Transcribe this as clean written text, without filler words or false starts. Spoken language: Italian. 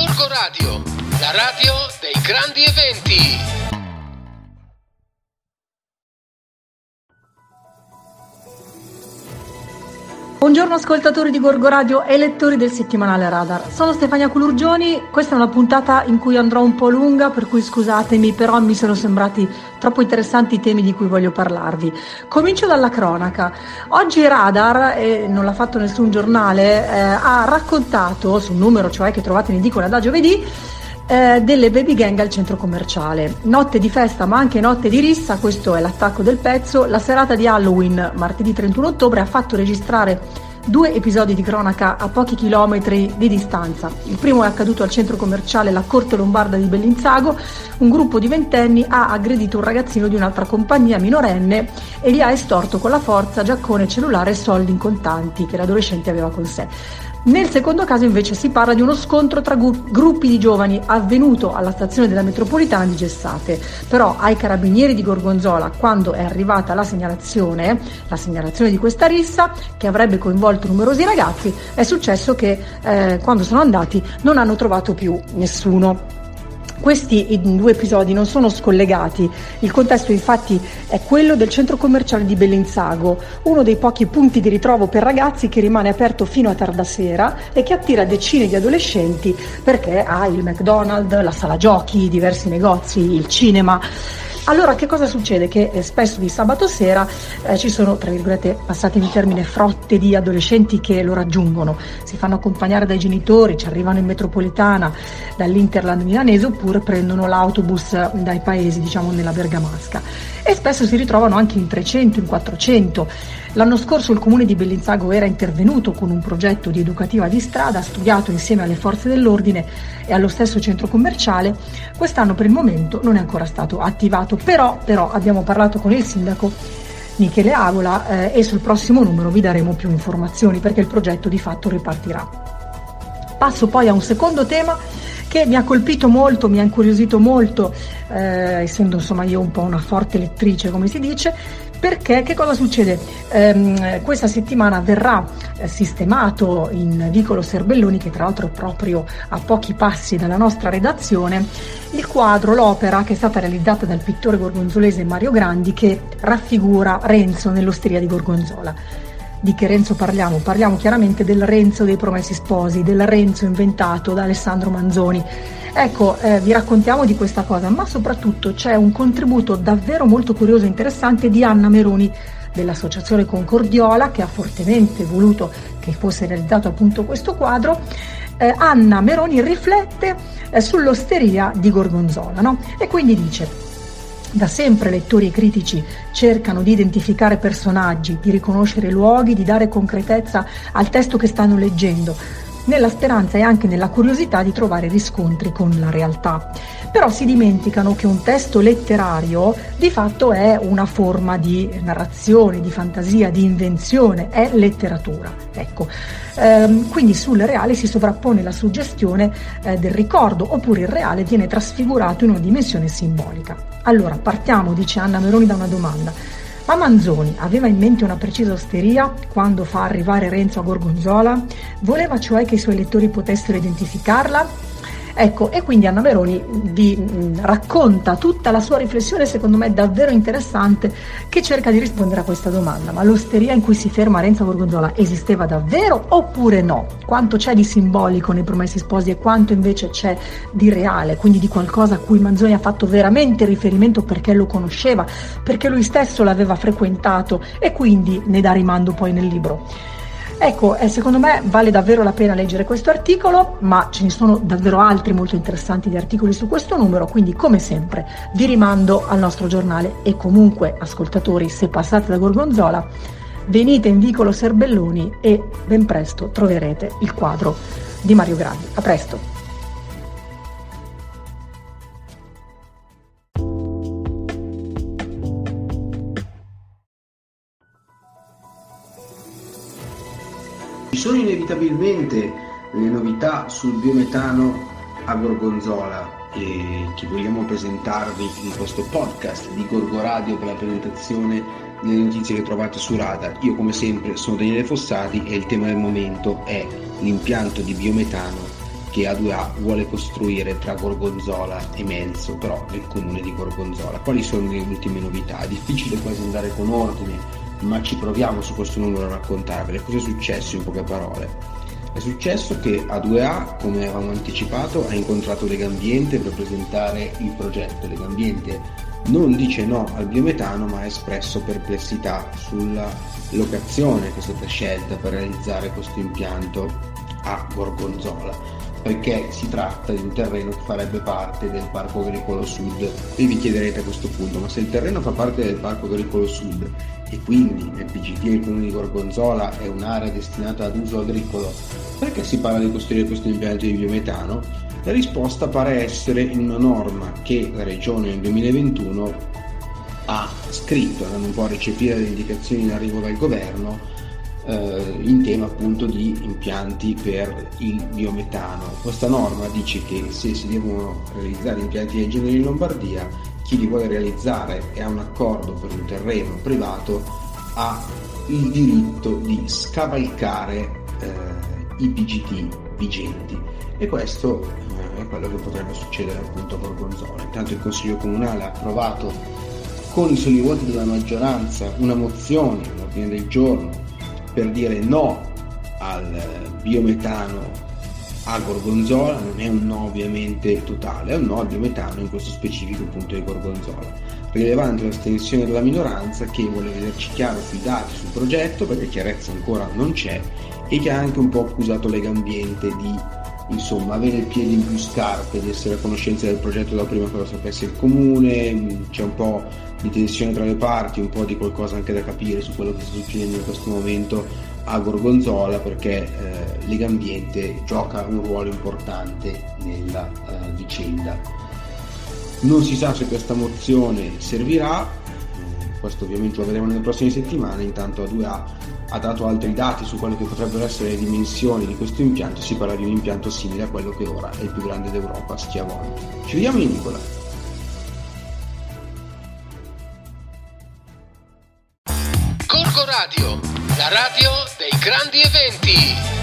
Gorgo Radio, la radio dei grandi eventi. Buongiorno ascoltatori di Gorgo Radio e lettori del settimanale Radar. Sono Stefania Culurgioni, questa è una puntata in cui andrò un po' lunga, per cui scusatemi, però mi sono sembrati troppo interessanti i temi di cui voglio parlarvi. Comincio dalla cronaca. Oggi Radar, e non l'ha fatto nessun giornale, ha raccontato sul numero, cioè che trovate in edicola da giovedì, delle baby gang al centro commerciale. Notte di festa ma anche notte di rissa, questo è l'attacco del pezzo. La serata di Halloween, martedì 31 ottobre, ha fatto registrare 2 episodi di cronaca a pochi chilometri di distanza. Il primo è accaduto al centro commerciale La Corte Lombarda di Bellinzago. Un gruppo di ventenni ha aggredito un ragazzino di un'altra compagnia minorenne e gli ha estorto con la forza giaccone, cellulare e soldi in contanti che l'adolescente aveva con sé. Nel secondo caso invece si parla di uno scontro tra gruppi di giovani avvenuto alla stazione della metropolitana di Gessate. Però ai carabinieri di Gorgonzola, quando è arrivata la segnalazione di questa rissa che avrebbe coinvolto numerosi ragazzi, è successo che quando sono andati non hanno trovato più nessuno. Questi 2 episodi non sono scollegati, il contesto infatti è quello del centro commerciale di Bellinzago, uno dei pochi punti di ritrovo per ragazzi che rimane aperto fino a tarda sera e che attira decine di adolescenti perché ha il McDonald's, la sala giochi, diversi negozi, il cinema. Allora che cosa succede? Che spesso di sabato sera ci sono, tra virgolette, passatemi il termine, frotte di adolescenti che lo raggiungono, si fanno accompagnare dai genitori, ci arrivano in metropolitana dall'Interland milanese oppure prendono l'autobus dai paesi, diciamo, nella bergamasca, e spesso si ritrovano anche in 300, in 400. L'anno scorso il comune di Bellinzago era intervenuto con un progetto di educativa di strada studiato insieme alle forze dell'ordine e allo stesso centro commerciale. Quest'anno per il momento non è ancora stato attivato, però abbiamo parlato con il sindaco Michele Avola e sul prossimo numero vi daremo più informazioni perché il progetto di fatto ripartirà. Passo poi a un secondo tema che mi ha colpito molto, mi ha incuriosito molto, essendo insomma io un po' una forte lettrice, come si dice, perché che cosa succede? Questa settimana verrà sistemato in vicolo Serbelloni, che tra l'altro è proprio a pochi passi dalla nostra redazione, il quadro, l'opera che è stata realizzata dal pittore gorgonzolese Mario Grandi, che raffigura Renzo nell'osteria di Gorgonzola. Di che Renzo parliamo? Parliamo chiaramente del Renzo dei Promessi Sposi, del Renzo inventato da Alessandro Manzoni. Ecco, vi raccontiamo di questa cosa, ma soprattutto c'è un contributo davvero molto curioso e interessante di Anna Meroni dell'Associazione Concordiola, che ha fortemente voluto che fosse realizzato appunto questo quadro. Anna Meroni riflette sull'osteria di Gorgonzola, no? E quindi dice: da sempre lettori e critici cercano di identificare personaggi, di riconoscere luoghi, di dare concretezza al testo che stanno leggendo, nella speranza e anche nella curiosità di trovare riscontri con la realtà. Però si dimenticano che un testo letterario di fatto è una forma di narrazione, di fantasia, di invenzione, è letteratura. Ecco. Quindi sul reale si sovrappone la suggestione del ricordo, oppure il reale viene trasfigurato in una dimensione simbolica. Allora partiamo, dice Anna Meroni, da una domanda. Ma Manzoni aveva in mente una precisa osteria quando fa arrivare Renzo a Gorgonzola? Voleva cioè che i suoi lettori potessero identificarla? Ecco, e quindi Anna Meroni vi racconta tutta la sua riflessione, secondo me davvero interessante, che cerca di rispondere a questa domanda. Ma l'osteria in cui si ferma Renzo a Gorgonzola esisteva davvero oppure no? Quanto c'è di simbolico nei Promessi Sposi e quanto invece c'è di reale, quindi di qualcosa a cui Manzoni ha fatto veramente riferimento perché lo conosceva, perché lui stesso l'aveva frequentato e quindi ne dà rimando poi nel libro. Ecco, secondo me vale davvero la pena leggere questo articolo, ma ce ne sono davvero altri molto interessanti di articoli su questo numero, quindi come sempre vi rimando al nostro giornale e comunque, ascoltatori, se passate da Gorgonzola, venite in vicolo Serbelloni e ben presto troverete il quadro di Mario Grandi. A presto! Ci sono inevitabilmente le novità sul biometano a Gorgonzola che vogliamo presentarvi in questo podcast di Gorgo Radio per la presentazione delle notizie che trovate su Radar. Io come sempre sono Daniele Fossati e il tema del momento è l'impianto di biometano che A2A vuole costruire tra Gorgonzola e Menzo, però nel comune di Gorgonzola. Quali sono le ultime novità? È difficile quasi andare con ordine, ma ci proviamo su questo numero a raccontarvele. Cosa è successo in poche parole? È successo che A2A, come avevamo anticipato, ha incontrato Legambiente per presentare il progetto. Legambiente non dice no al biometano, ma ha espresso perplessità sulla locazione che è stata scelta per realizzare questo impianto a Gorgonzola, perché si tratta di un terreno che farebbe parte del Parco Agricolo Sud. E vi chiederete a questo punto, ma se il terreno fa parte del Parco Agricolo Sud e quindi nel PGT del comune di Gorgonzola è un'area destinata ad uso agricolo, perché si parla di costruire questo impianto di biometano? La risposta pare essere in una norma che la Regione nel 2021 ha scritto, andando un po' a recepire le indicazioni in arrivo dal governo, in tema appunto di impianti per il biometano. Questa norma dice che se si devono realizzare impianti del genere in Lombardia, chi li vuole realizzare e ha un accordo per un terreno privato ha il diritto di scavalcare i PGT vigenti, e questo è quello che potrebbe succedere appunto a Gorgonzola. Intanto il Consiglio Comunale ha approvato con i soli voti della maggioranza una mozione, un ordine del giorno per dire no al biometano a Gorgonzola. Non è un no ovviamente totale, è un no al biometano in questo specifico punto di Gorgonzola. Rilevante l'astensione della minoranza, che vuole vederci chiaro sui dati, sul progetto, perché chiarezza ancora non c'è, e che ha anche un po' accusato Legambiente di avere il piede in più scarpe, di essere a conoscenza del progetto da prima che lo sapesse il comune. C'è un po' di tensione tra le parti, un po' di qualcosa anche da capire su quello che sta succedendo in questo momento a Gorgonzola, perché Legambiente gioca un ruolo importante nella vicenda. Non si sa se questa mozione servirà, questo ovviamente lo vedremo nelle prossime settimane. Intanto A2A ha dato altri dati su quelle che potrebbero essere le dimensioni di questo impianto. Si parla di un impianto simile a quello che ora è il più grande d'Europa, Schiavone. Ci vediamo in edicola. Gorgo Radio, la radio dei grandi eventi.